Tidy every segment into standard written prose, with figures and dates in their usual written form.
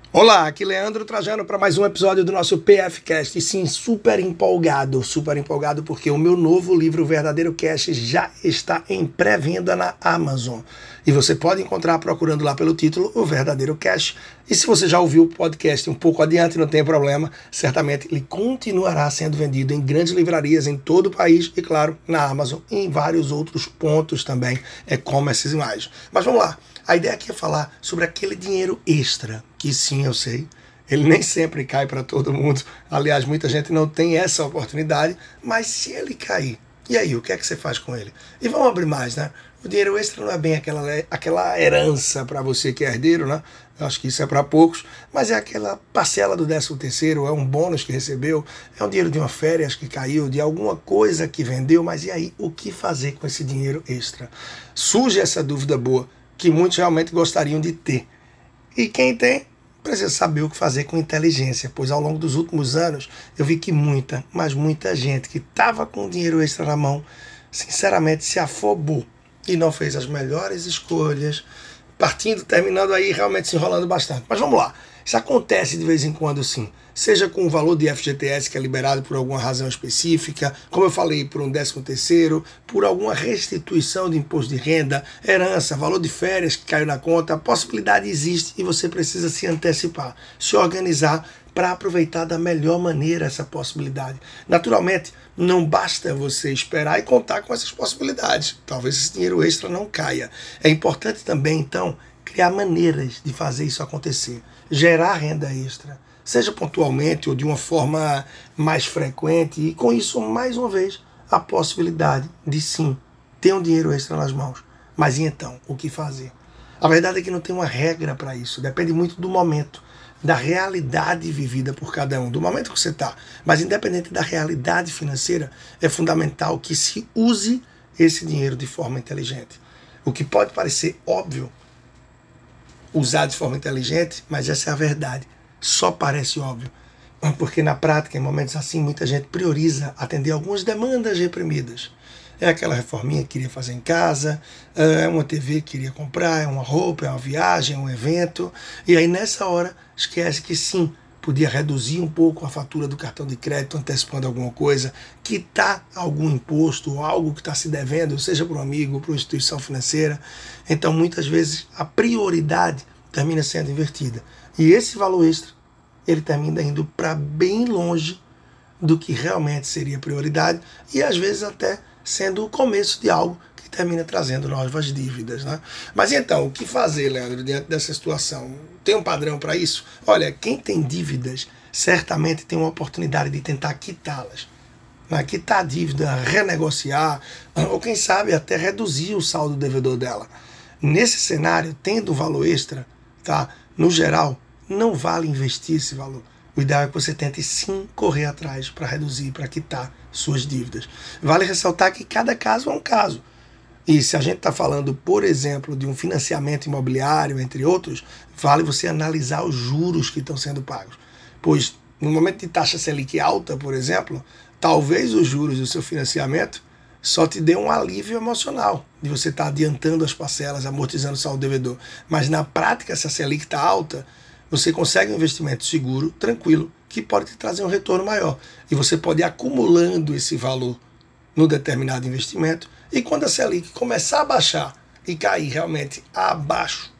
Olá, aqui Leandro Trajano para mais um episódio do nosso PFcast. E sim, super empolgado porque o meu novo livro, Verdadeiro Cash, já está em pré-venda na Amazon. E você pode encontrar procurando lá pelo título, O Verdadeiro Cash. E se você já ouviu o podcast um pouco adiante, não tem problema, certamente ele continuará sendo vendido em grandes livrarias em todo o país e, claro, na Amazon e em vários outros pontos também, e-commerces e mais. Mas vamos lá. A ideia aqui é falar sobre aquele dinheiro extra, que sim, eu sei, ele nem sempre cai para todo mundo. Aliás, muita gente não tem essa oportunidade, mas se ele cair, e aí, o que é que você faz com ele? E vamos abrir mais, né? O dinheiro extra não é bem aquela herança para você que é herdeiro, né? Eu acho que isso é para poucos, mas é aquela parcela do 13º, é um bônus que recebeu, é um dinheiro de uma férias que caiu, de alguma coisa que vendeu, mas e aí, o que fazer com esse dinheiro extra? Surge essa dúvida boa, que muitos realmente gostariam de ter. E quem tem, precisa saber o que fazer com inteligência, pois ao longo dos últimos anos eu vi que muita gente que estava com o dinheiro extra na mão, sinceramente se afobou e não fez as melhores escolhas, terminando aí realmente se enrolando bastante. Mas vamos lá, isso acontece de vez em quando sim, seja com o valor de FGTS que é liberado por alguma razão específica, como eu falei, por um 13º, por alguma restituição de imposto de renda, herança, valor de férias que caiu na conta, a possibilidade existe e você precisa se antecipar, se organizar para aproveitar da melhor maneira essa possibilidade. Naturalmente, não basta você esperar e contar com essas possibilidades. Talvez esse dinheiro extra não caia. É importante também, então, criar maneiras de fazer isso acontecer. Gerar renda extra, seja pontualmente ou de uma forma mais frequente, e com isso, mais uma vez, a possibilidade de sim, ter um dinheiro extra nas mãos. Mas e então, o que fazer? A verdade é que não tem uma regra para isso, depende muito do momento, da realidade vivida por cada um, do momento que você está. Mas independente da realidade financeira, é fundamental que se use esse dinheiro de forma inteligente. O que pode parecer óbvio, usar de forma inteligente, mas essa é a verdade. Só parece óbvio. Porque na prática, em momentos assim, muita gente prioriza atender algumas demandas reprimidas. É aquela reforminha que queria fazer em casa, é uma TV que queria comprar, é uma roupa, é uma viagem, é um evento. E aí nessa hora esquece que sim, podia reduzir um pouco a fatura do cartão de crédito antecipando alguma coisa, quitar algum imposto ou algo que está se devendo, seja para um amigo ou para uma instituição financeira. Então muitas vezes a prioridade termina sendo invertida. E esse valor extra, ele termina indo para bem longe do que realmente seria prioridade e às vezes até sendo o começo de algo que termina trazendo novas dívidas, né? Mas então, o que fazer, Leandro, diante dessa situação? Tem um padrão para isso? Olha, quem tem dívidas certamente tem uma oportunidade de tentar quitá-las. Né? Quitar a dívida, renegociar, ou quem sabe até reduzir o saldo devedor dela. Nesse cenário, tendo valor extra, tá? No geral, não vale investir esse valor. O ideal é que você tente sim correr atrás para reduzir, para quitar suas dívidas. Vale ressaltar que cada caso é um caso. E se a gente está falando, por exemplo, de um financiamento imobiliário, entre outros, vale você analisar os juros que estão sendo pagos. Pois no momento de taxa Selic alta, por exemplo, talvez os juros do seu financiamento só te dê um alívio emocional de você estar adiantando as parcelas, amortizando o saldo devedor. Mas na prática, se a Selic está alta, você consegue um investimento seguro, tranquilo, que pode te trazer um retorno maior. E você pode ir acumulando esse valor no determinado investimento. E quando a Selic começar a baixar e cair realmente abaixo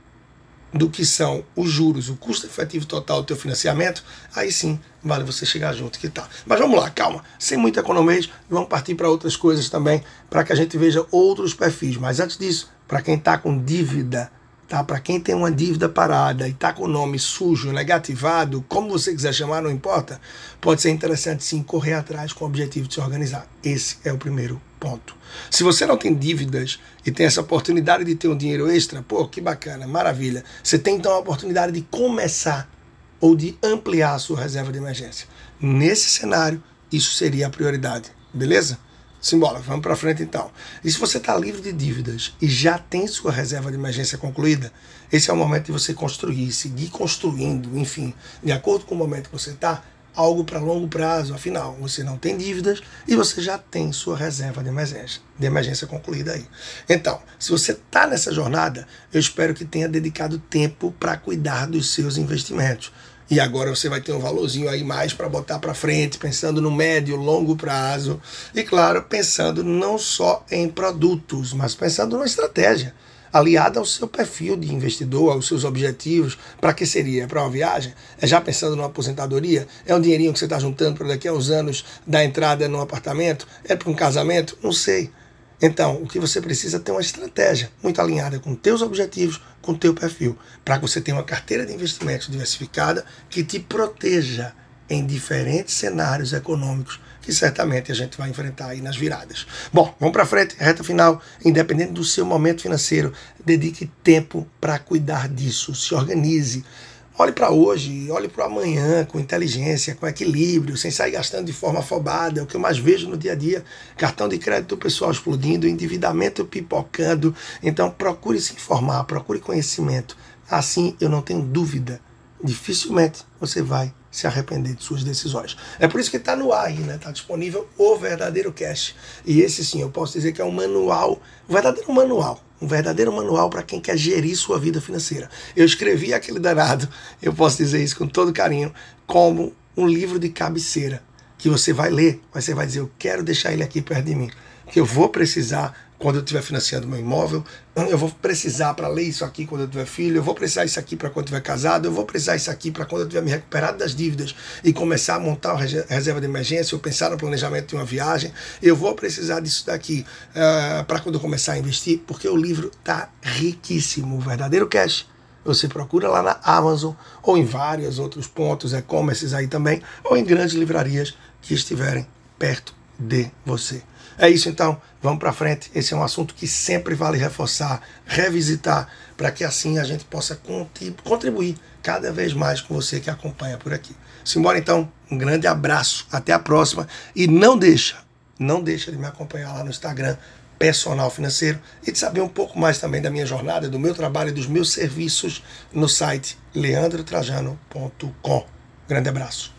do que são os juros, o custo efetivo total do teu financiamento, aí sim vale você chegar junto que tá. Mas vamos lá, calma, sem muito economês, vamos partir para outras coisas também, para que a gente veja outros perfis. Mas antes disso, para quem está com dívida, tá? Para quem tem uma dívida parada e está com o nome sujo, negativado, como você quiser chamar, não importa, pode ser interessante sim correr atrás com o objetivo de se organizar. Esse é o primeiro ponto. Se você não tem dívidas e tem essa oportunidade de ter um dinheiro extra, pô, que bacana, maravilha. Você tem então a oportunidade de começar ou de ampliar a sua reserva de emergência. Nesse cenário, isso seria a prioridade, beleza? Simbora, vamos para frente então. E se você está livre de dívidas e já tem sua reserva de emergência concluída, esse é o momento de você construir, seguir construindo, enfim, de acordo com o momento que você está, algo para longo prazo. Afinal, você não tem dívidas e você já tem sua reserva de emergência concluída aí. Então, se você está nessa jornada, eu espero que tenha dedicado tempo para cuidar dos seus investimentos. E agora você vai ter um valorzinho aí mais para botar para frente, pensando no médio, longo prazo. E claro, pensando não só em produtos, mas pensando numa estratégia aliada ao seu perfil de investidor, aos seus objetivos. Para que seria? Para uma viagem? É já pensando numa aposentadoria? É um dinheirinho que você está juntando para daqui a uns anos dar entrada num apartamento? É para um casamento? Não sei. Então, o que você precisa é ter uma estratégia muito alinhada com teus objetivos, com teu perfil, para que você tenha uma carteira de investimentos diversificada que te proteja em diferentes cenários econômicos que certamente a gente vai enfrentar aí nas viradas. Bom, vamos para frente, reta final. Independente do seu momento financeiro, dedique tempo para cuidar disso, se organize. Olhe para hoje, olhe para o amanhã com inteligência, com equilíbrio, sem sair gastando de forma afobada. É o que eu mais vejo no dia a dia. Cartão de crédito pessoal explodindo, endividamento pipocando. Então procure se informar, procure conhecimento. Assim, eu não tenho dúvida, dificilmente você vai se arrepender de suas decisões. É por isso que está no ar aí, né? Está disponível o Verdadeiro Cash. E esse sim, eu posso dizer que é um manual, um verdadeiro manual para quem quer gerir sua vida financeira. Eu escrevi aquele danado, eu posso dizer isso com todo carinho, como um livro de cabeceira, que você vai ler, mas você vai dizer, eu quero deixar ele aqui perto de mim, que eu vou precisar quando eu estiver financiando meu imóvel, eu vou precisar para ler isso aqui quando eu tiver filho, eu vou precisar isso aqui para quando eu estiver casado, eu vou precisar isso aqui para quando eu tiver me recuperado das dívidas e começar a montar uma reserva de emergência, ou pensar no planejamento de uma viagem, eu vou precisar disso daqui para quando eu começar a investir, porque o livro está riquíssimo, o Verdadeiro Cash. Você procura lá na Amazon ou em vários outros pontos, e-commerces aí também, ou em grandes livrarias que estiverem perto de você. É isso então, vamos para frente. Esse é um assunto que sempre vale reforçar, revisitar, para que assim a gente possa contribuir cada vez mais com você que acompanha por aqui. Simbora então, um grande abraço, até a próxima e não deixa de me acompanhar lá no Instagram, Personal Financeiro, e de saber um pouco mais também da minha jornada, do meu trabalho e dos meus serviços no site leandrotrajano.com. Grande abraço.